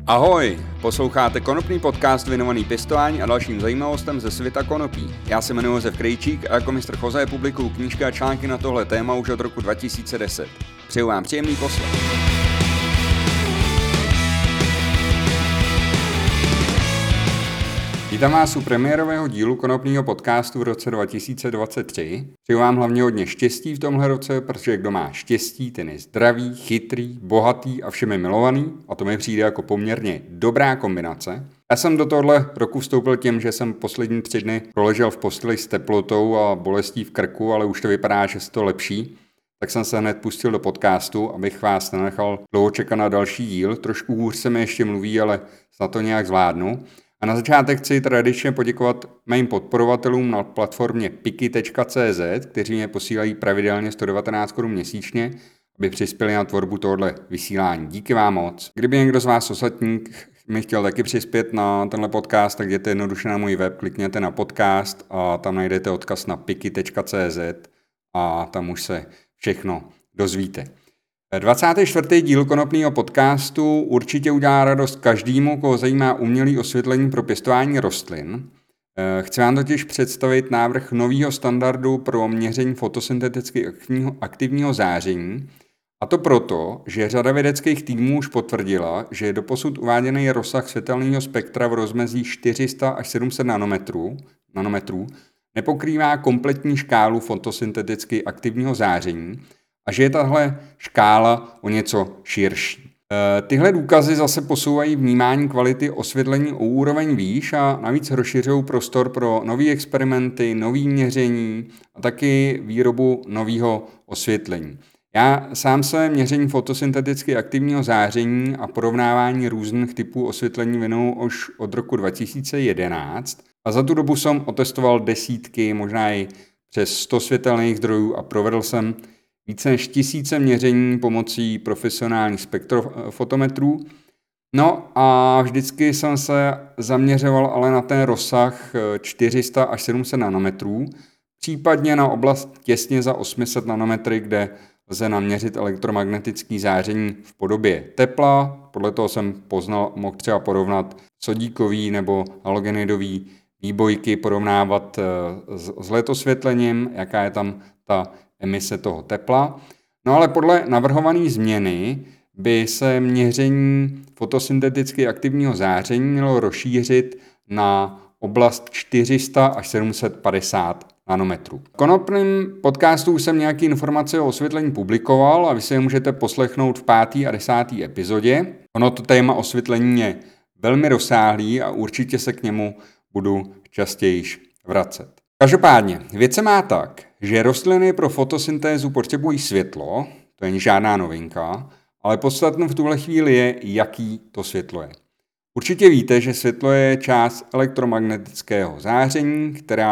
Ahoj, posloucháte konopný podcast věnovaný pěstování a dalším zajímavostem ze světa konopí. Já se jmenuji Josef Krejčík a jako mistr Jose publikuju knížky a články na tohle téma už od roku 2010. Přeju vám příjemný poslech. Vítám vás u premiérového dílu konopního podcastu v roce 2023. Přeju vám hlavně hodně štěstí v tomhle roce, protože kdo má štěstí, ten je zdravý, chytrý, bohatý a všemi milovaný. A to mi přijde jako poměrně dobrá kombinace. Já jsem do tohle roku vstoupil tím, že jsem poslední 3 dny proležel v posteli s teplotou a bolestí v krku, ale už to vypadá, že se to lepší. Tak jsem se hned pustil do podcastu, abych vás nenechal dlouho čekat na další díl. Trošku hůř se mi ještě mluví, ale snad to nějak zvládnu. A na začátek chci tradičně poděkovat mým podporovatelům na platformě piky.cz, kteří mě posílají pravidelně 119 Kč měsíčně, aby přispěli na tvorbu tohohle vysílání. Díky vám moc. Kdyby někdo z vás ostatních mi chtěl taky přispět na tenhle podcast, tak jděte jednoduše na můj web, klikněte na podcast a tam najdete odkaz na piky.cz a tam už se všechno dozvíte. 24. díl konopného podcastu určitě udělá radost každému, koho zajímá umělé osvětlení pro pěstování rostlin. Chci vám totiž představit návrh nového standardu pro měření fotosynteticky aktivního záření. A to proto, že řada vědeckých týmů už potvrdila, že doposud uváděný rozsah světelného spektra v rozmezí 400 až 700 nanometrů nepokrývá kompletní škálu fotosynteticky aktivního záření, a že je tahle škála o něco širší. Tyhle důkazy zase posouvají vnímání kvality osvětlení o úroveň výš a navíc rozšiřují prostor pro nové experimenty, nové měření a taky výrobu nového osvětlení. Já sám se měření fotosynteticky aktivního záření a porovnávání různých typů osvětlení věnuju už od roku 2011 a za tu dobu jsem otestoval desítky, možná i přes 100 světelných zdrojů a provedl jsem více než 1000 měření pomocí profesionálních spektrofotometrů. No a vždycky jsem se zaměřoval ale na ten rozsah 400 až 700 nanometrů, případně na oblast těsně za 800 nanometry, kde lze naměřit elektromagnetické záření v podobě tepla. Podle toho jsem mohl třeba porovnat sodíkový nebo halogenidový výbojky, porovnávat s LED osvětlením, jaká je tam ta emise toho tepla. No ale podle navrhované změny by se měření fotosynteticky aktivního záření mělo rozšířit na oblast 400 až 750 nanometrů. V konopném podcastu už jsem nějaké informace o osvětlení publikoval a vy si je můžete poslechnout v 5. a 10. epizodě. Ono to téma osvětlení je velmi rozsáhlý a určitě se k němu budu častěji vracet. Každopádně, věc se má tak, že rostliny pro fotosyntézu potřebují světlo, to není žádná novinka, ale podstatné v tuhle chvíli je, jaký to světlo je. Určitě víte, že světlo je část elektromagnetického záření,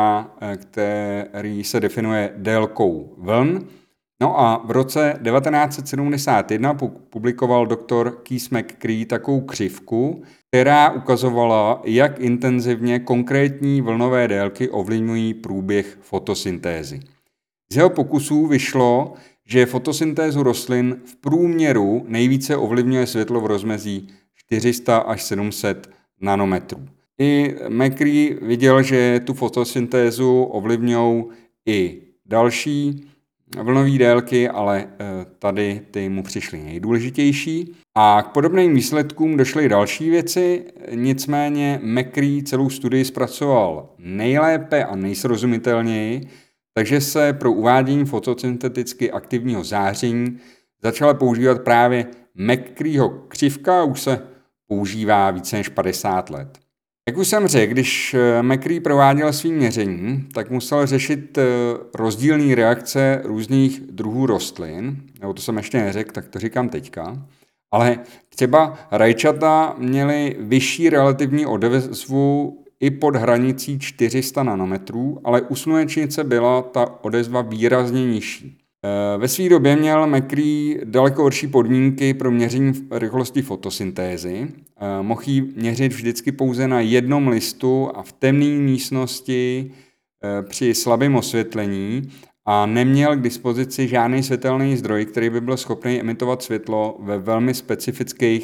který se definuje délkou vln. No a v roce 1971 publikoval dr. Keith McCree takovou křivku, která ukazovala, jak intenzivně konkrétní vlnové délky ovlivňují průběh fotosyntézy. Z jeho pokusů vyšlo, že fotosyntézu rostlin v průměru nejvíce ovlivňuje světlo v rozmezí 400 až 700 nanometrů. I McCree viděl, že tu fotosyntézu ovlivňují i další vlnové délky, ale tady ty mu přišly nejdůležitější. A k podobným výsledkům došly další věci, nicméně McCree celou studii zpracoval nejlépe a nejsrozumitelněji, takže se pro uvádění fotosynteticky aktivního záření začala používat právě McCreeho křivka, už se používá více než 50 let. Jak už jsem řekl, když McCree prováděl svým měření, tak musel řešit rozdílné reakce různých druhů rostlin, nebo to jsem ještě neřekl, tak to říkám teďka, ale třeba rajčata měly vyšší relativní odezvu i pod hranicí 400 nanometrů, ale u slunečnice byla ta odezva výrazně nižší. Ve své době měl McCree daleko horší podmínky pro měření rychlosti fotosyntézy. Mohl ji měřit vždycky pouze na jednom listu a v temné místnosti při slabém osvětlení a neměl k dispozici žádný světelný zdroj, který by byl schopný emitovat světlo ve velmi specifických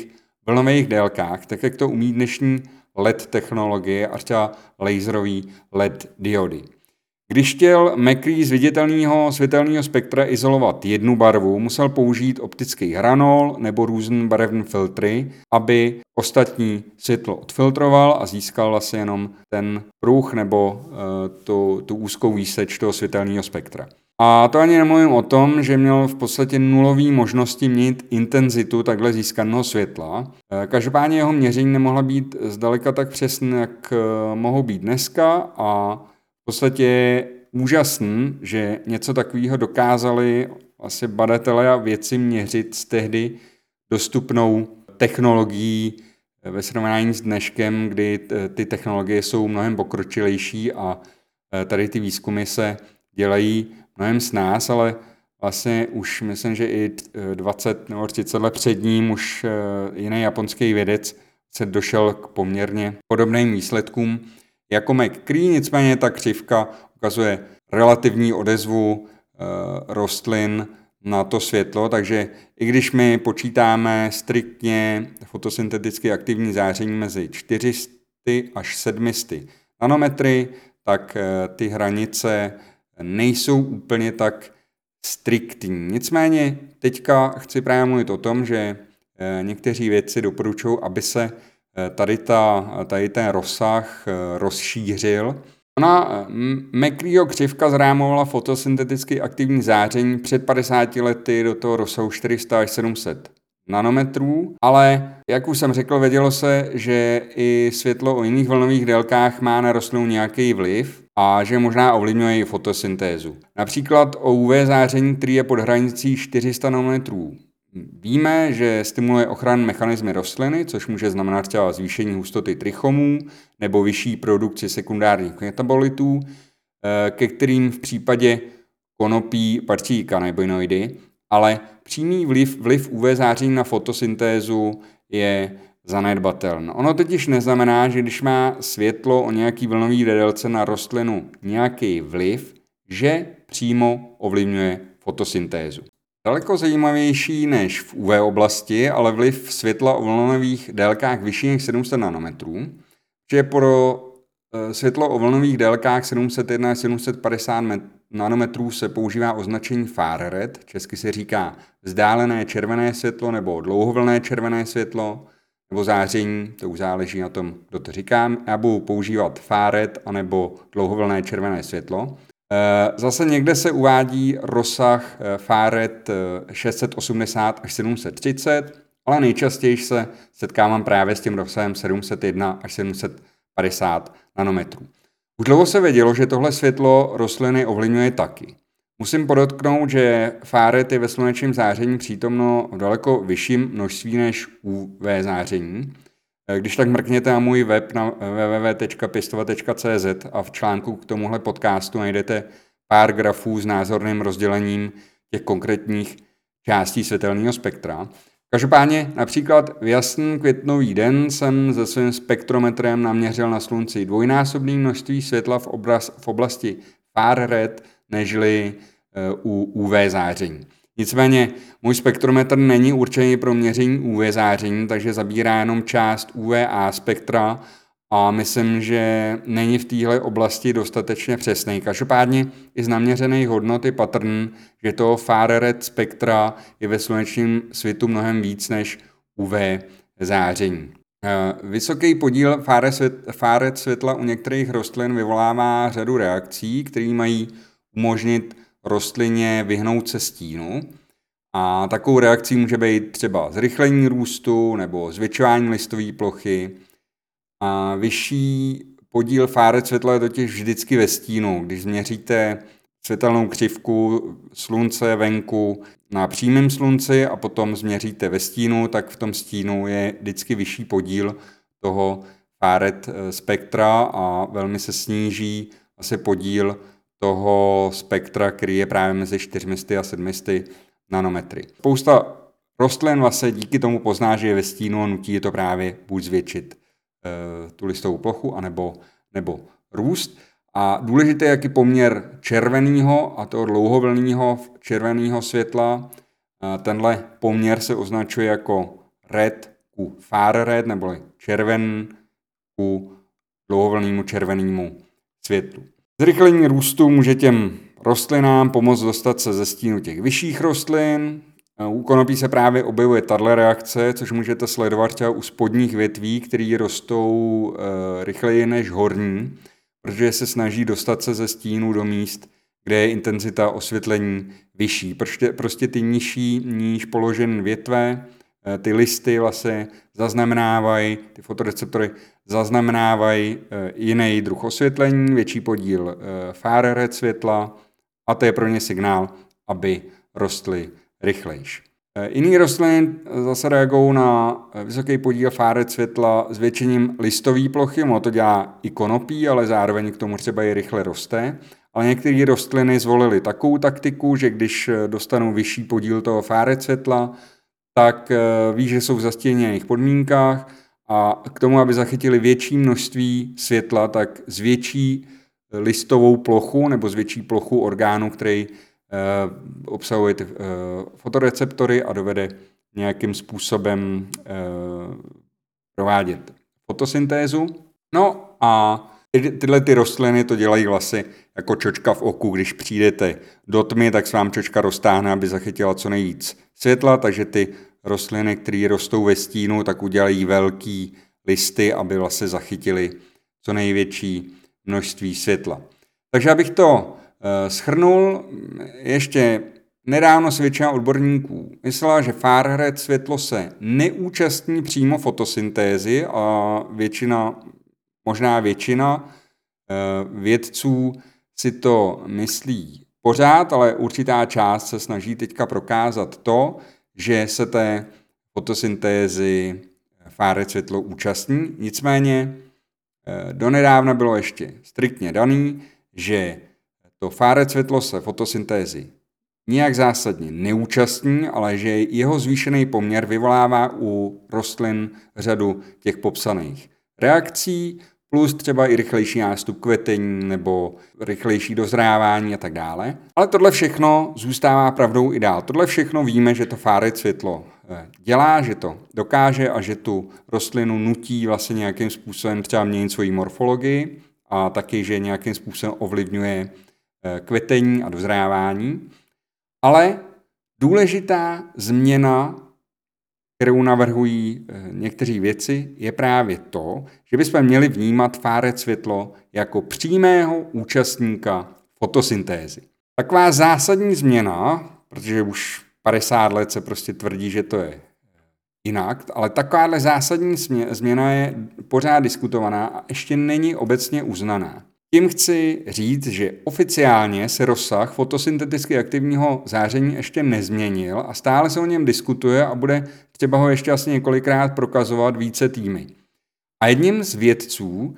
vlnových délkách, tak jak to umí dnešní LED technologie a třeba laserový LED diody. Když chtěl McCree z viditelného světelného spektra izolovat jednu barvu, musel použít optický hranol nebo různé barevné filtry, aby ostatní světlo odfiltroval a získal vlastně jenom ten pruh nebo tu úzkou výseč toho světelného spektra. A to ani nemluvím o tom, že měl v podstatě nulový možnosti měnit intenzitu takhle získaného světla. Každopádně jeho měření nemohla být zdaleka tak přesné, jak mohou být dneska, a v podstatě je úžasný, že něco takového dokázali vlastně badatelé a vědci měřit s tehdy dostupnou technologií ve srovnání s dneškem, kdy ty technologie jsou mnohem pokročilejší a tady ty výzkumy se dělají mnohem s nás, ale vlastně už myslím, že i 20 nebo 30 let před ním už jiný japonský vědec se došel k poměrně podobným výsledkům jako McCree, nicméně ta křivka ukazuje relativní odezvu rostlin na to světlo, takže i když my počítáme striktně fotosynteticky aktivní záření mezi 400 až 700 nanometry, tak ty hranice nejsou úplně tak striktní. Nicméně teďka chci právě mluvit o tom, že někteří vědci doporučují, aby se tady ten rozsah rozšířil. McCreeho křivka zrámovala fotosynteticky aktivní záření před 50 lety do toho rozsahu 400 až 700 nanometrů, ale jak už jsem řekl, vědělo se, že i světlo o jiných vlnových délkách má na rostlinu nějaký vliv a že možná ovlivňuje i fotosyntézu. Například o UV záření, který je pod hranicí 400 nanometrů. Víme, že stimuluje ochranné mechanismy rostliny, což může znamenat třeba zvýšení hustoty trichomů nebo vyšší produkci sekundárních metabolitů, ke kterým v případě konopí patří kanabinoidy, ale přímý vliv UV záření na fotosyntézu je zanedbatelný. Ono totiž neznamená, že když má světlo o nějaký vlnový délce na rostlinu nějaký vliv, že přímo ovlivňuje fotosyntézu. Daleko zajímavější než v UV oblasti, ale vliv světla o vlnových délkách vyšší než 700 nanometrů, že pro světlo o vlnových délkách 701 až 750 nanometrů se používá označení far red, česky se říká vzdálené červené světlo nebo dlouhovlnné červené světlo, nebo záření, to už záleží na tom, kdo to říká. Já budu používat far red anebo dlouhovlné červené světlo. Zase někde se uvádí rozsah far red 680 až 730, ale nejčastěji se setkávám právě s tím rozsahem 701 až 750 nanometrů. Už dlouho se vědělo, že tohle světlo rostliny ovlivňuje taky. Musím podotknout, že far red je ve slunečním záření přítomno v daleko vyšším množství než UV záření. Když tak mrkněte na můj web na www.pistova.cz a v článku k tomuhle podcastu najdete pár grafů s názorným rozdělením těch konkrétních částí světelného spektra. Každopádně například v jasný květnový den jsem se svým spektrometrem naměřil na slunci dvojnásobné množství světla v oblasti far red nežli u UV záření. Nicméně můj spektrometr není určený pro měření UV záření, takže zabírá jenom část UVA spektra a myslím, že není v téhle oblasti dostatečně přesný. Každopádně i z naměřených hodnot je patrný, že toho far red spektra je ve slunečním světu mnohem víc než UV záření. Vysoký podíl far red světla u některých rostlin vyvolává řadu reakcí, které mají umožnit rostlině vyhnout se stínu. A takovou reakcí může být třeba zrychlení růstu nebo zvětšování listové plochy. A vyšší podíl far red světla je totiž vždycky ve stínu. Když změříte světelnou křivku slunce venku na přímém slunci a potom změříte ve stínu, tak v tom stínu je vždycky vyšší podíl toho far red spektra a velmi se sníží asi podíl toho spektra, který je právě mezi 400 a 700 nanometry. Spousta rostlin vlastně díky tomu pozná, že je ve stínu a nutí je to právě buď zvětšit tu listovou plochu, nebo růst. A důležité je jaký poměr červeného a toho dlouhovlnného červeného světla. Tenhle poměr se označuje jako red ku far red, neboli červen ku dlouhovlnému červenému světlu. Zrychlení růstu může těm rostlinám pomoct dostat se ze stínu těch vyšších rostlin. U konopí se právě objevuje tato reakce, což můžete sledovat třeba u spodních větví, které rostou rychleji než horní, protože se snaží dostat se ze stínu do míst, kde je intenzita osvětlení vyšší. Prostě ty níž položené větve, ty listy vlastně zaznamenávají, ty fotoreceptory zaznamenávají jiný druh osvětlení, větší podíl far red světla a to je pro ně signál, aby rostly rychlejš. Jiný rostliny zase reagují na vysoký podíl far red světla zvětšením listové plochy, ono to dělá i konopí, ale zároveň k tomu třeba i rychle roste. Ale některé rostliny zvolily takovou taktiku, že když dostanou vyšší podíl toho far red světla, tak ví, že jsou v zastíněných podmínkách a k tomu, aby zachytili větší množství světla, tak zvětší listovou plochu nebo zvětší plochu orgánu, který obsahuje ty fotoreceptory a dovede nějakým způsobem provádět fotosyntézu. No a tyhle ty rostliny to dělají vlastně jako čočka v oku. Když přijdete do tmy, tak se vám čočka roztáhne, aby zachytila co nejvíc světla, takže ty rostliny, které rostou ve stínu, tak udělají velký listy, aby vlastně zachytili co největší množství světla. Takže abych to shrnul, ještě nedávno se většina odborníků myslela, že far red světlo se neúčastní přímo fotosyntézy a možná většina vědců si to myslí pořád, ale určitá část se snaží teďka prokázat to, že se té fotosyntézy far red světlo účastní. Nicméně donedávna bylo ještě striktně daný, že to far red světlo se fotosyntézy nijak zásadně neúčastní, ale že jeho zvýšený poměr vyvolává u rostlin řadu těch popsaných reakcí, plus třeba i rychlejší nástup kvetení nebo rychlejší dozrávání a tak dále. Ale tohle všechno zůstává pravdou i dál. Tohle všechno víme, že to far red světlo dělá, že to dokáže a že tu rostlinu nutí vlastně nějakým způsobem třeba měnit svoji morfologii a taky, že nějakým způsobem ovlivňuje kvetení a dozrávání. Ale důležitá změna, kterou navrhují někteří vědci, je právě to, že bychom měli vnímat far red světlo jako přímého účastníka fotosyntézy. Taková zásadní změna, protože už 50 let se prostě tvrdí, že to je jinak, ale takováhle zásadní změna je pořád diskutovaná a ještě není obecně uznaná. Tím chci říct, že oficiálně se rozsah fotosynteticky aktivního záření ještě nezměnil a stále se o něm diskutuje a bude třeba ho ještě asi několikrát prokazovat více týmy. A jedním z vědců,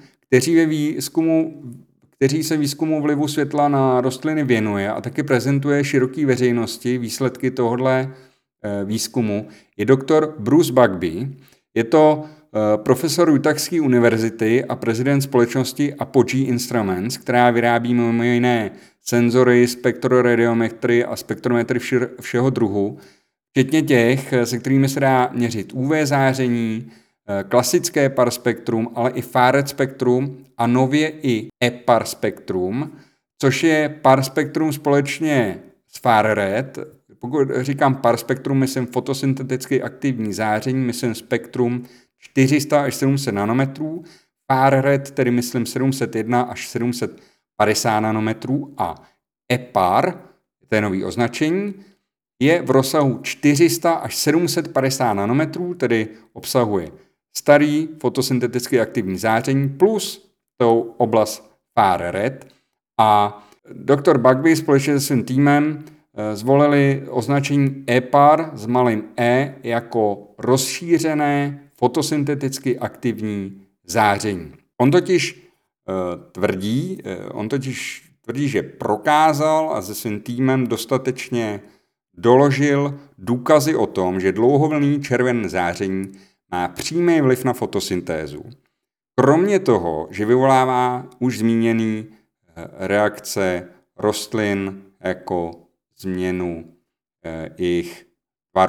kteří se výzkumu vlivu světla na rostliny věnuje a taky prezentuje široké veřejnosti výsledky tohohle výzkumu, je doktor Bruce Bugbee. Je to profesor Utahské univerzity a prezident společnosti Apogee Instruments, která vyrábí mimo jiné senzory, spektroradiometry a spektrometry všeho druhu, včetně těch, se kterými se dá měřit UV záření, klasické PAR spektrum, ale i far red spektrum a nově i EPAR spektrum, což je PAR spektrum společně s far red. Pokud říkám PAR spektrum, myslím fotosynteticky aktivní záření, myslím spektrum 400 až 700 nanometrů, far red, tedy myslím 701 až 750 nanometrů a EPAR, to je nový označení, je v rozsahu 400 až 750 nanometrů, tedy obsahuje starý fotosynteticky aktivní záření plus tou oblast far red a doktor Bugbee společně se svým týmem zvolili označení EPAR s malým e jako rozšířené fotosynteticky aktivní záření. On totiž tvrdí, že prokázal a se svým týmem dostatečně doložil důkazy o tom, že dlouhovlnný červené záření má přímý vliv na fotosyntézu. Kromě toho, že vyvolává už zmíněný reakce rostlin jako změnu jejich tvaru.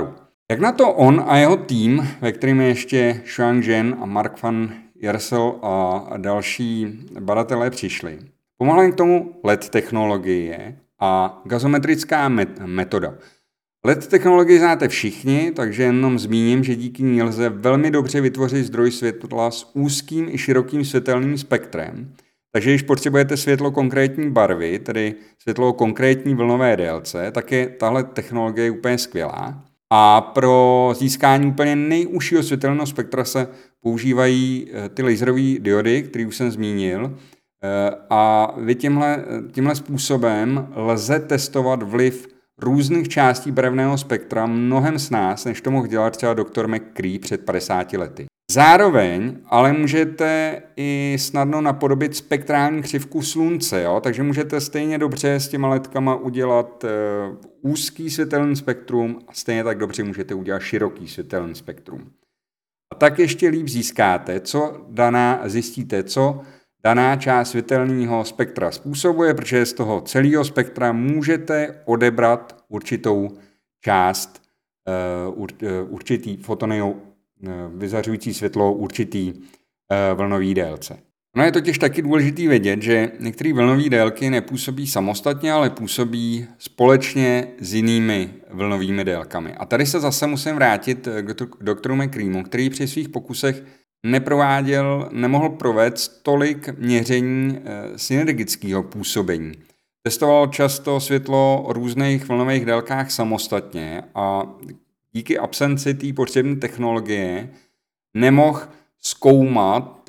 Jak na to on a jeho tým, ve kterém je ještě Xuan Zhen a Mark van Jersel a další badatelé přišli? Pomohla jim k tomu LED technologie a gazometrická metoda. LED technologii znáte všichni, takže jenom zmíním, že díky ní lze velmi dobře vytvořit zdroj světla s úzkým i širokým světelným spektrem. Takže když potřebujete světlo konkrétní barvy, tedy světlo konkrétní vlnové délce, tak je tahle technologie úplně skvělá. A pro získání úplně nejužšího světelného spektra se používají ty laserové diody, které už jsem zmínil. A vy tímhle způsobem lze testovat vliv různých částí barevného spektra mnohem snáz, než to mohl dělat třeba doktor McCree před 50 lety. Zároveň ale můžete i snadno napodobit spektrální křivku slunce, jo? Takže můžete stejně dobře s těma ledkama udělat úzký světelný spektrum a stejně tak dobře můžete udělat široký světelný spektrum. A tak ještě líp zjistíte, co daná část světelného spektra způsobuje, protože z toho celého spektra můžete odebrat určitou část, určitý foton vyzařující světlo určitý vlnový délce. No je totiž taky důležitý vědět, že některé vlnové délky nepůsobí samostatně, ale působí společně s jinými vlnovými délkami. A tady se zase musím vrátit k doktoru McCreemu, který při svých pokusech nemohl provést tolik měření synergického působení. Testoval často světlo o různých vlnových délkách samostatně a díky absenci té potřebné technologie nemohl zkoumat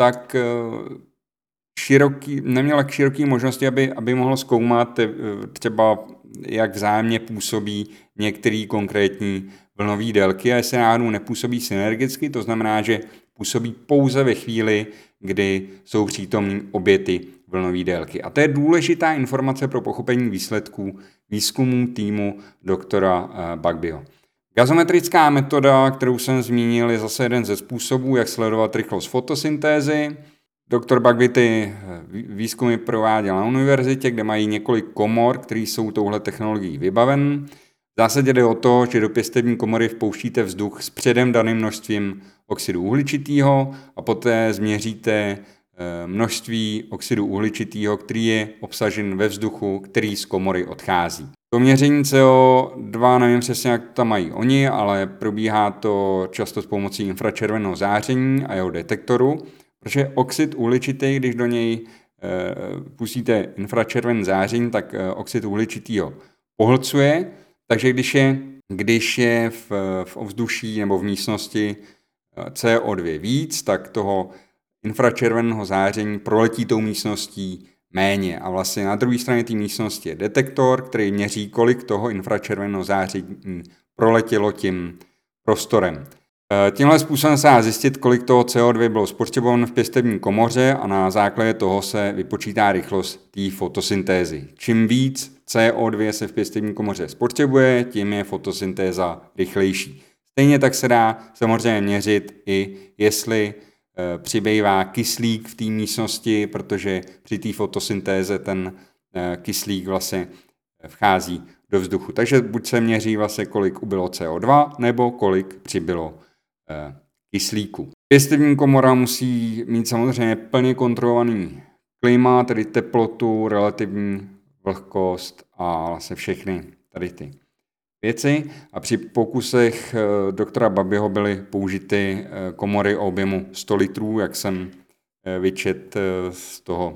neměl tak široký možnosti, aby mohl zkoumat třeba, jak vzájemně působí některé konkrétní vlnové délky a jestli náhodou nepůsobí synergicky, to znamená, že působí pouze ve chvíli, kdy jsou přítomní obě ty vlnové délky. A to je důležitá informace pro pochopení výsledků výzkumů týmu doktora Bugbyho. Gazometrická metoda, kterou jsem zmínil, je zase jeden ze způsobů, jak sledovat rychlost fotosyntézy. Doktor Bugby ty výzkumy prováděl na univerzitě, kde mají několik komor, které jsou touhle technologií vybaven. V zásadě jde o to, že do pěstební komory vpouštíte vzduch s předem daným množstvím oxidu uhličitého a poté změříte množství oxidu uhličitého, který je obsažen ve vzduchu, který z komory odchází. To měření CO2, nevím přesně, jak tam mají oni, ale probíhá to často s pomocí infračerveného záření a jeho detektoru, protože oxid uhličitý, když do něj pustíte infračervené záření, tak oxid uhličitého pohlcuje, takže když je v ovzduší nebo v místnosti CO2 víc, tak toho infračerveného záření proletí tou místností méně. A vlastně na druhé straně té místnosti je detektor, který měří, kolik toho infračerveného záření proletělo tím prostorem. Tímhle způsobem se dá zjistit, kolik toho CO2 bylo spotřebováno v pěstební komoře a na základě toho se vypočítá rychlost té fotosyntézy. Čím víc CO2 se v pěstební komoře spotřebuje, tím je fotosyntéza rychlejší. Stejně tak se dá samozřejmě měřit i jestli přibývá kyslík v té místnosti, protože při té fotosyntéze ten kyslík vlastně vchází do vzduchu. Takže buď se měří vlastně, kolik ubylo CO2, nebo kolik přibylo kyslíku. Pěstební komora musí mít samozřejmě plně kontrolovaný klima, tedy teplotu, relativní vlhkost a vlastně všechny tady ty věci. A při pokusech doktora Bugbyho byly použity komory o objemu 100 litrů, jak jsem vyčet z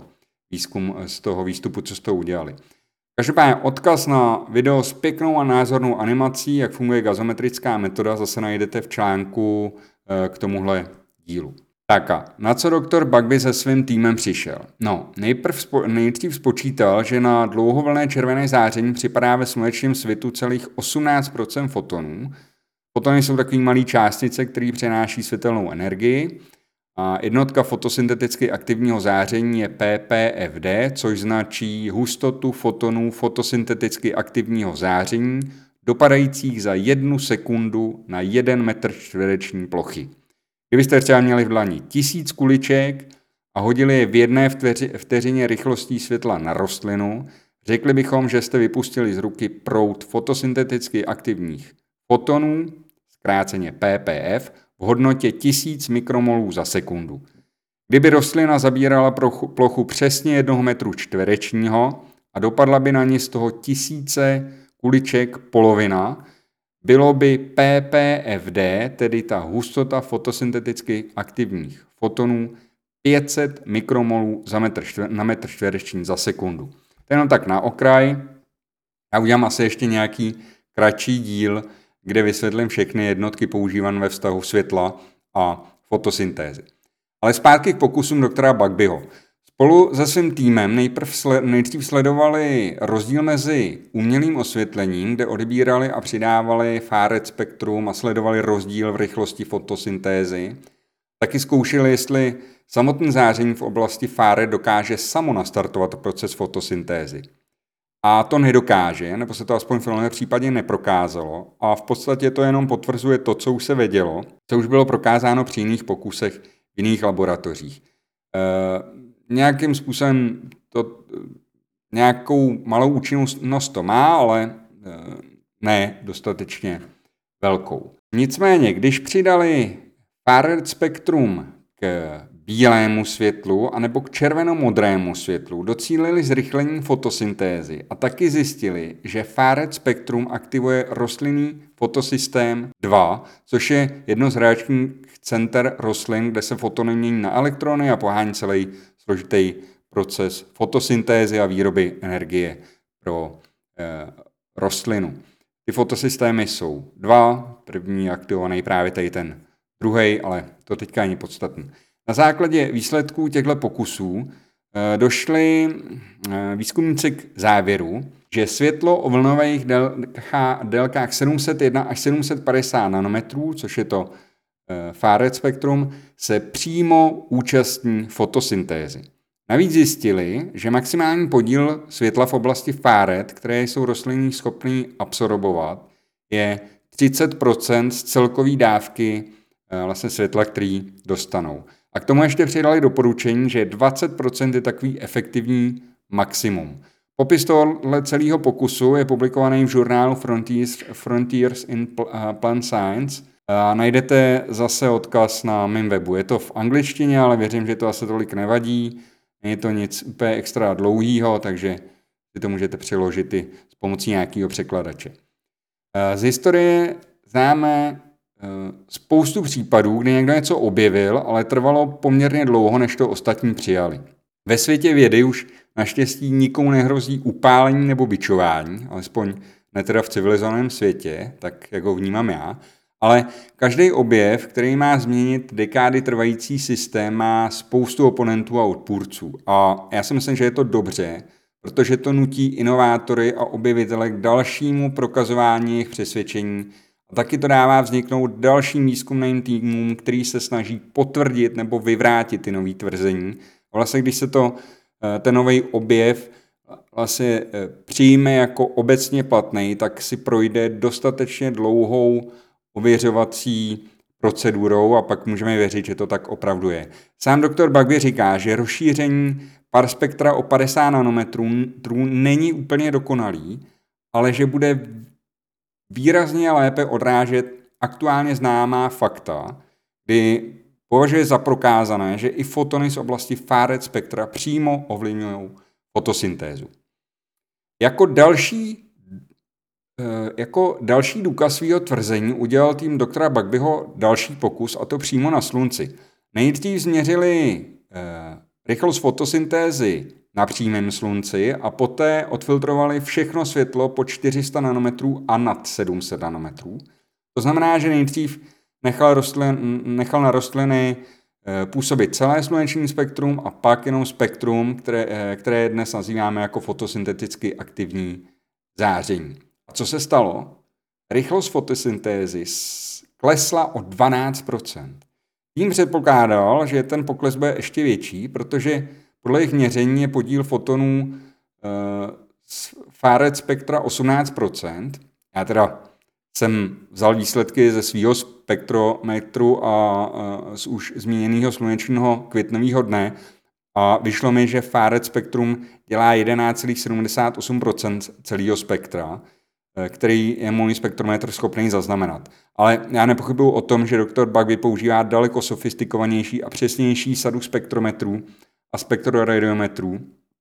toho výstupu, co z toho udělali. Každopádně odkaz na video s pěknou a názornou animací, jak funguje gazometrická metoda, zase najdete v článku k tomuhle dílu. Tak a na co doktor Bugby se svým týmem přišel? No, nejdřív spočítal, že na dlouhovlnné červené záření připadá ve slunečním svitu celých 18% fotonů. Fotony jsou takové malé částice, které přenáší světelnou energii. A jednotka fotosynteticky aktivního záření je ppfd, což značí hustotu fotonů fotosynteticky aktivního záření dopadajících za 1 sekundu na 1 metr čtvereční plochy. Kdybyste třeba měli v dlani 1000 kuliček a hodili je v 1 vteřině rychlostí světla na rostlinu, řekli bychom, že jste vypustili z ruky proud fotosynteticky aktivních fotonů, zkráceně ppf, v hodnotě 1000 mikromolů za sekundu. Kdyby rostlina zabírala plochu přesně 1 metru čtverečního a dopadla by na ní z toho 1000 kuliček polovina, bylo by ppfd, tedy ta hustota fotosynteticky aktivních fotonů, 500 mikromolů na metr čtvereční za sekundu. To je jenom tak na okraj. Já udělám asi ještě nějaký kratší díl, kde vysvětlím všechny jednotky používané ve vztahu světla a fotosyntézy. Ale zpátky k pokusům doktora Bugbyho. Spolu se svým týmem nejdřív sledovali rozdíl mezi umělým osvětlením, kde odebírali a přidávali far-red spektrum a sledovali rozdíl v rychlosti fotosyntézy. Taky zkoušeli, jestli samotné záření v oblasti far-red dokáže samo nastartovat proces fotosyntézy. A to nedokáže, nebo se to aspoň v tomhle případě neprokázalo. A v podstatě to jenom potvrzuje to, co už se vědělo, co už bylo prokázáno při jiných pokusech v jiných laboratořích. Nějakým způsobem nějakou malou účinnost to má, ale ne dostatečně velkou. Nicméně, když přidali far-red spektrum k bílému světlu anebo k červenomodrému světlu, docílili zrychlení fotosyntézy a taky zjistili, že far-red spektrum aktivuje rostlinný fotosystém 2, což je jedno z reakčních center rostlin, kde se fotony mění na elektrony a pohání celý složitý proces fotosyntézy a výroby energie pro rostlinu. Ty fotosystémy jsou 2, první aktivovaný právě tady ten druhý, ale to teďka není podstatné. Na základě výsledků těchto pokusů došli výzkumníci k závěru, že světlo o vlnových délkách 701 až 750 nanometrů, což je to far-red spektrum, se přímo účastní fotosyntézy. Navíc zjistili, že maximální podíl světla v oblasti far-red, které jsou rostliny schopné absorbovat, je 30% z celkové dávky vlastně světla, který dostanou. A k tomu ještě přidali doporučení, že 20% je takový efektivní maximum. Popis tohoto celého pokusu je publikovaný v žurnálu Frontiers in Plant Science. A najdete zase odkaz na mém webu. Je to v angličtině, ale věřím, že to asi tolik nevadí. Není to nic úplně extra dlouhýho, takže si to můžete přeložit i s pomocí nějakého překladače. Z historie známe spoustu případů, kdy někdo něco objevil, ale trvalo poměrně dlouho, než to ostatní přijali. Ve světě vědy už naštěstí nikomu nehrozí upálení nebo bičování, alespoň ne teda v civilizovaném světě, tak jak ho vnímám já, ale každý objev, který má změnit dekády trvající systém, má spoustu oponentů a odpůrců. A já si myslím, že je to dobře, protože to nutí inovátory a objevitele k dalšímu prokazování jejich přesvědčení. A taky to dává vzniknout dalším výzkumným týmům, který se snaží potvrdit nebo vyvrátit ty nový tvrzení. A vlastně, když se ten nový objev vlastně přijme jako obecně platný, tak si projde dostatečně dlouhou ověřovací procedurou a pak můžeme věřit, že to tak opravdu je. Sám doktor Bugby říká, že rozšíření par spektra o 50 nanometrů není úplně dokonalý, ale že bude výrazně lépe odrážet aktuálně známá fakta, kdy považuje za prokázané, že i fotony z oblasti far-red spektra přímo ovlivňují fotosyntézu. Jako další důkaz svého tvrzení udělal tým doktora Bugbyho další pokus, a to přímo na slunci. Nejdřív změřili rychlost fotosyntézy na přímém slunci a poté odfiltrovali všechno světlo po 400 nanometrů a nad 700 nanometrů. To znamená, že nejdřív nechal na rostliny působit celé sluneční spektrum a pak jenom spektrum, které dnes nazýváme jako fotosynteticky aktivní záření. A co se stalo? Rychlost fotosyntézy klesla o 12%. Tím předpokládal, že ten pokles bude ještě větší, protože podle jejich měření je podíl fotonů z far-red spektra 18%. Já teda jsem vzal výsledky ze svého spektrometru a z už zmíněného slunečního květnového dne a vyšlo mi, že far-red spektrum dělá 11,78% celého spektra. který je můj spektrometr schopný zaznamenat. Ale já nepochybuji o tom, že Dr. Bug používá daleko sofistikovanější a přesnější sadu spektrometrů a spektroradiometrů.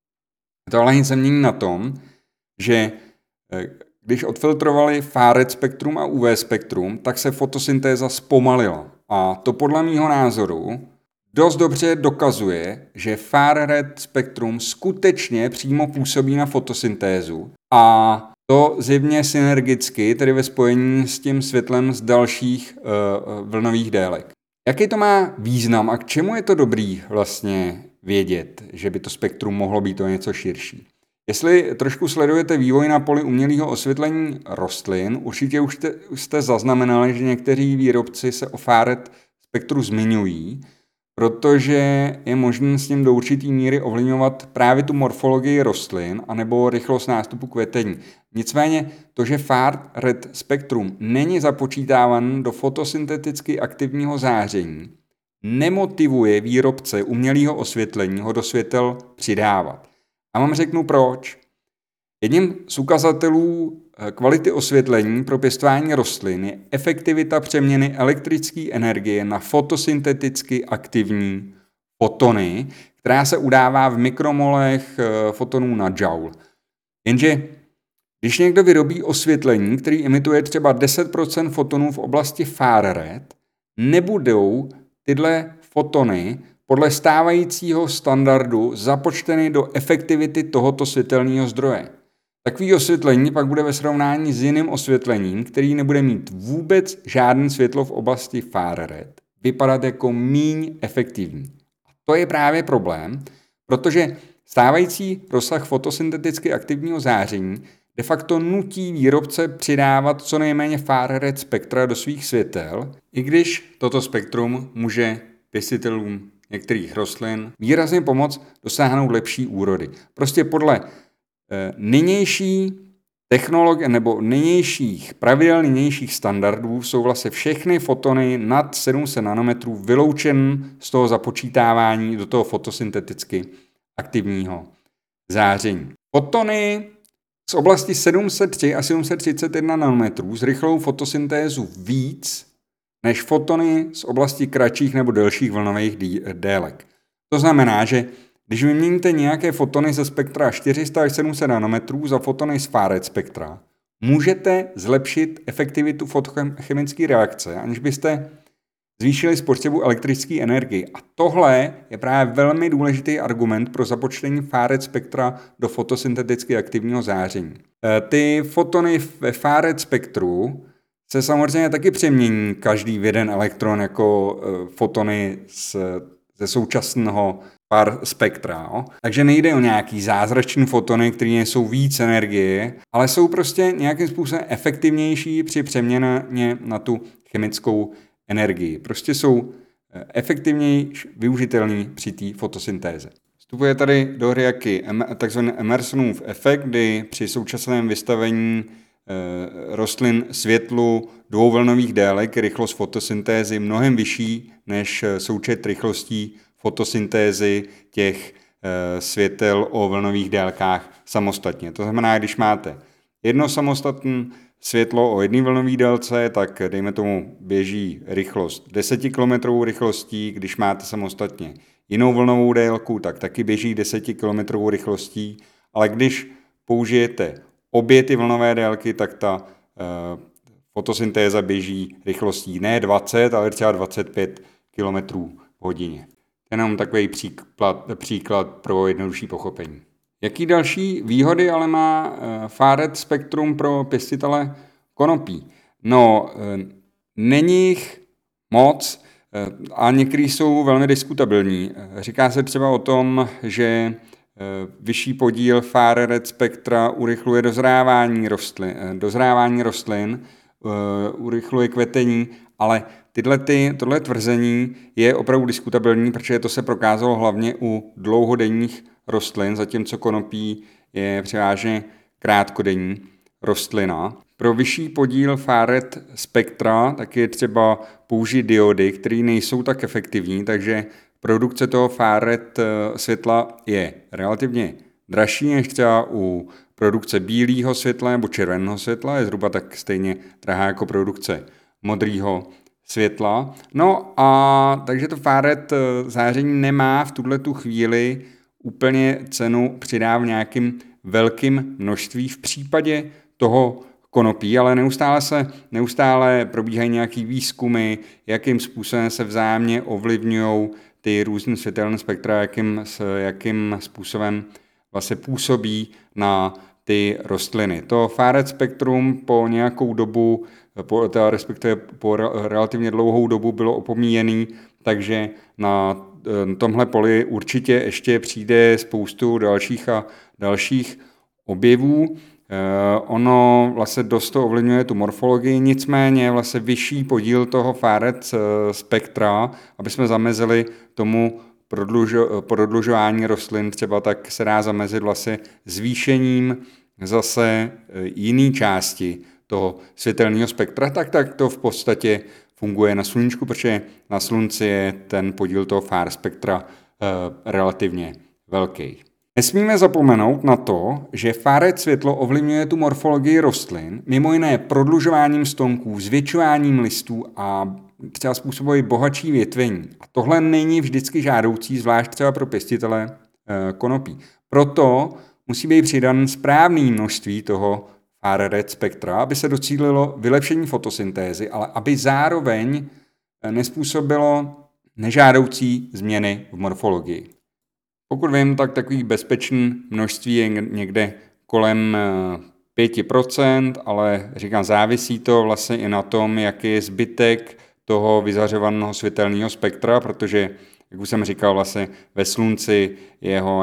To ale nic nemění na tom, že když odfiltrovali Far-red spektrum a UV spektrum, tak se fotosyntéza zpomalila. A to podle mýho názoru dost dobře dokazuje, že Far-red spektrum skutečně přímo působí na fotosyntézu a to zjevně synergicky, tedy ve spojení s tím světlem z dalších vlnových délek. Jaký to má význam a k čemu je to dobrý vlastně vědět, že by to spektrum mohlo být o něco širší? Jestli trošku sledujete vývoj na poli umělého osvětlení rostlin, určitě už jste zaznamenali, že někteří výrobci se o Far-red spektru zmiňují, protože je možné s ním do určitý míry ovlivňovat právě tu morfologii rostlin anebo rychlost nástupu kvetení. Nicméně to, že Far-red spektrum není započítávan do fotosynteticky aktivního záření, nemotivuje výrobce umělého osvětlení ho do světel přidávat. A vám řeknu proč. Jedním z ukazatelů kvality osvětlení pro pěstování rostlin je efektivita přeměny elektrické energie na fotosynteticky aktivní fotony, která se udává v mikromolech fotonů na joule. Jenže když někdo vyrobí osvětlení, který imituje třeba 10% fotonů v oblasti Far-red, nebudou tyhle fotony podle stávajícího standardu započteny do efektivity tohoto světelného zdroje. Takový osvětlení pak bude ve srovnání s jiným osvětlením, který nebude mít vůbec žádné světlo v oblasti Far-red, vypadat jako míň efektivní. A to je právě problém, protože stávající rozsah fotosynteticky aktivního záření de facto nutí výrobce přidávat co nejméně Far-red spektra do svých světel, i když toto spektrum může pěstitelům některých rostlin výrazně pomoct dosáhnout lepší úrody. Prostě podle nynější technologie nebo nynějších pravidel nynějších standardů jsou vlastně všechny fotony nad 700 nanometrů vyloučen z toho započítávání do toho fotosynteticky aktivního záření. Fotony z oblasti 703 a 731 nanometrů zrychlou fotosyntézu víc než fotony z oblasti kratších nebo delších vlnových délek. To znamená, že když vyměníte nějaké fotony ze spektra 400 až 700 nanometrů za fotony z Far-red spektra, můžete zlepšit efektivitu fotochemické reakce, aniž byste zvýšili spotřebu elektrické energie. A tohle je právě velmi důležitý argument pro započtení Far-red spektra do fotosynteticky aktivního záření. Ty fotony ve Far-red spektru se samozřejmě taky přemění každý v jeden elektron jako fotony ze současného Far spektra. Jo? Takže nejde o nějaký zázračný fotony, které jsou víc energie, ale jsou prostě nějakým způsobem efektivnější při přeměně na tu chemickou energii. Prostě jsou efektivněji využitelný při té fotosyntéze. Vstupuje tady do hry takzvaný Emersonův efekt, kdy při současném vystavení rostlin světlu dvouvlnových délek rychlost fotosyntézy mnohem vyšší než součet rychlostí fotosyntézy těch světel o vlnových délkách samostatně. To znamená, když máte jedno samostatné světlo o jedné vlnové délce, tak dejme tomu běží rychlost 10 km rychlostí, když máte samostatně jinou vlnovou délku, tak taky běží 10 km rychlostí, ale když použijete obě ty vlnové délky, tak ta fotosyntéza běží rychlostí ne 20, ale třeba 25 km v hodině. To je jenom takový příklad pro jednodušší pochopení. Jaký další výhody ale má Far-red spektrum pro pěstitele konopí? No, není jich moc a některý jsou velmi diskutabilní. Říká se třeba o tom, že vyšší podíl Far-red spektra urychluje dozrávání rostlin, urychluje kvetení, ale tohle tvrzení je opravdu diskutabilní, protože to se prokázalo hlavně u dlouhodenních rostlin, zatímco konopí je převážně krátkodenní rostlina. Pro vyšší podíl Far-red spektra tak je třeba použít diody, které nejsou tak efektivní, takže produkce toho Far-red světla je relativně dražší než třeba u produkce bílého světla nebo červeného světla, je zhruba tak stejně drahá jako produkce modrého světla. No a takže to Far-red záření nemá v tuhletu chvíli úplně cenu přidá v nějakým velkým množství v případě toho konopí, ale neustále probíhají nějaký výzkumy, jakým způsobem se vzájemně ovlivňují ty různé světelné spektra, jakým způsobem vlastně působí na ty rostliny. To Far-red spektrum po nějakou dobu, respektive po relativně dlouhou dobu bylo opomíjený, takže na tomhle poli určitě ještě přijde spoustu dalších objevů. Ono vlastně dost to ovlivňuje tu morfologii, nicméně vlastně vyšší podíl toho Far-red spektra, aby jsme zamezili tomu prodlužování rostlin, třeba tak se dá zamezit vlastně zvýšením zase jiné části toho světelného spektra, tak to v podstatě funguje na sluníčku, protože na slunci je ten podíl toho Far spektra relativně velký. Nesmíme zapomenout na to, že Far-red světlo ovlivňuje tu morfologii rostlin, mimo jiné prodlužováním stonků, zvětšováním listů a třeba způsobuje bohatší větvení. A tohle není vždycky žádoucí, zvlášť třeba pro pěstitele konopí. Proto musí být přidan správný množství toho Far-red spektra, aby se docílilo vylepšení fotosyntézy, ale aby zároveň nespůsobilo nežádoucí změny v morfologii. Pokud vím, tak takový bezpečné množství je někde kolem 5%, ale říkám, závisí to vlastně i na tom, jaký je zbytek toho vyzařovaného světelného spektra, protože, jak už jsem říkal, vlastně ve slunci jeho,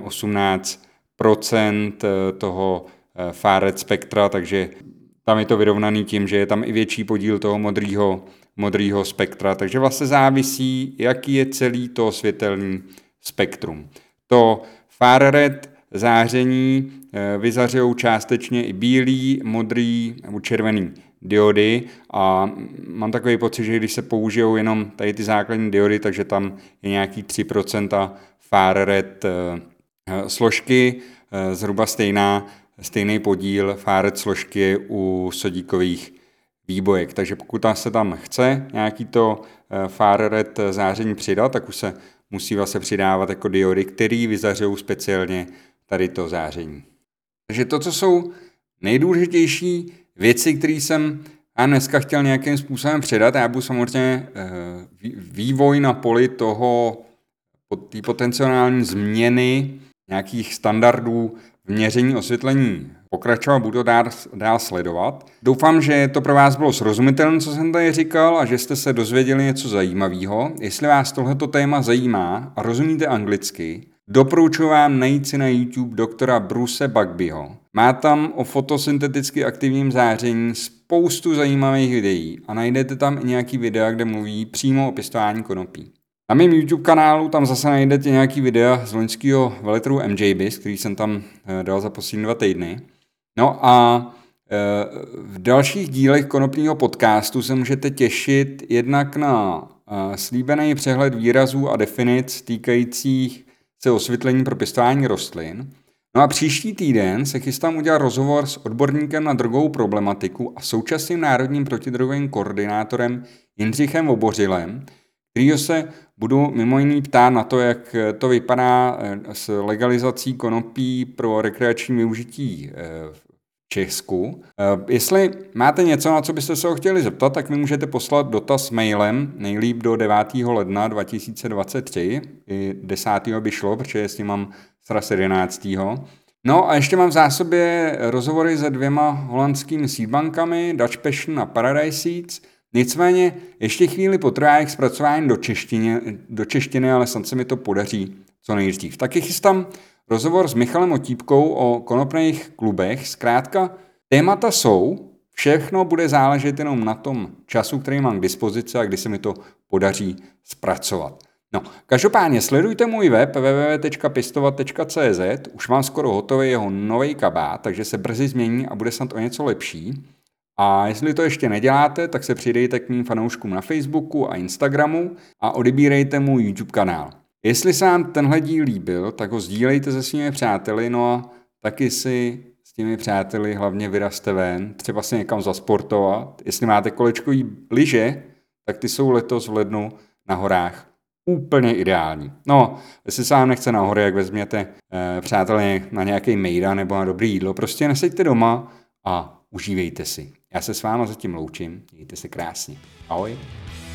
18% toho Far-red spektra, takže tam je to vyrovnaný tím, že je tam i větší podíl toho modrého spektra, takže vlastně závisí, jaký je celý to světelný spektrum. To Far-red záření vyzařují částečně i bílý, modrý nebo červený diody a mám takový pocit, že když se použijou jenom tady ty základní diody, takže tam je nějaký 3% Far-red složky, zhruba stejný podíl Far-red složky je u sodíkových výbojek. Takže pokud se tam chce nějaký to Far-red záření přidat, tak už se musí vlastně přidávat jako diody, které vyzařují speciálně tady to záření. Takže to, co jsou nejdůležitější věci, které jsem dneska chtěl nějakým způsobem předat, já budu samozřejmě vývoj na poli té potenciální změny nějakých standardů v měření osvětlení pokračovat, budu to dál sledovat. Doufám, že to pro vás bylo srozumitelné, co jsem tady říkal, a že jste se dozvěděli něco zajímavého. Jestli vás tohleto téma zajímá a rozumíte anglicky, doporučuji vám najít si na YouTube doktora Bruce Bugbyho. Má tam o fotosynteticky aktivním záření spoustu zajímavých videí a najdete tam i nějaký videa, kde mluví přímo o pěstování konopí. Na mém YouTube kanálu tam zase najdete nějaký videa z loňského veletrhu MJBiz, který jsem tam dal za poslední 2 týdny. No a v dalších dílech konopního podcastu se můžete těšit jednak na slíbený přehled výrazů a definic týkajících se osvětlení pro pěstování rostlin. No a příští týden se chystám udělat rozhovor s odborníkem na drogovou problematiku a současným národním protidrogovým koordinátorem Jindřichem Vobořilem, kterýho se budu mimo jiný ptát na to, jak to vypadá s legalizací konopí pro rekreační využití v Česku. Jestli máte něco, na co byste se ho chtěli zeptat, tak mi můžete poslat dotaz mailem, nejlíp do 9. ledna 2023, i 10. by šlo, protože s tím mám sraz 11. No a ještě mám v zásobě rozhovory se 2 holandskými seedbankami, Dutch Passion a Paradise Seeds. Nicméně ještě chvíli potrvá jejich zpracování do češtiny, ale snad se mi to podaří co nejdřív. Taky chystám rozhovor s Michalem Otípkou o konopných klubech. Zkrátka, témata jsou, všechno bude záležet jenom na tom času, který mám k dispozici a kdy se mi to podaří zpracovat. No, každopádně sledujte můj web www.pistovat.cz, už mám skoro hotový jeho nový kabát, takže se brzy změní a bude snad o něco lepší. A jestli to ještě neděláte, tak se přidejte k mým fanouškům na Facebooku a Instagramu a odebírejte můj YouTube kanál. Jestli se vám tenhle díl líbil, tak ho sdílejte se svými přáteli, no a taky si těmi přáteli hlavně vyrazte ven, třeba se někam zasportovat. Jestli máte kolečkový lyže, tak ty jsou letos v lednu na horách úplně ideální. No, jestli se vám nechce na hory, jak vezměte přátelé na nějaký mejdan nebo na dobrý jídlo, prostě neseďte doma a užívejte si. Já se s váma zatím loučím, mějte se krásně. Ahoj.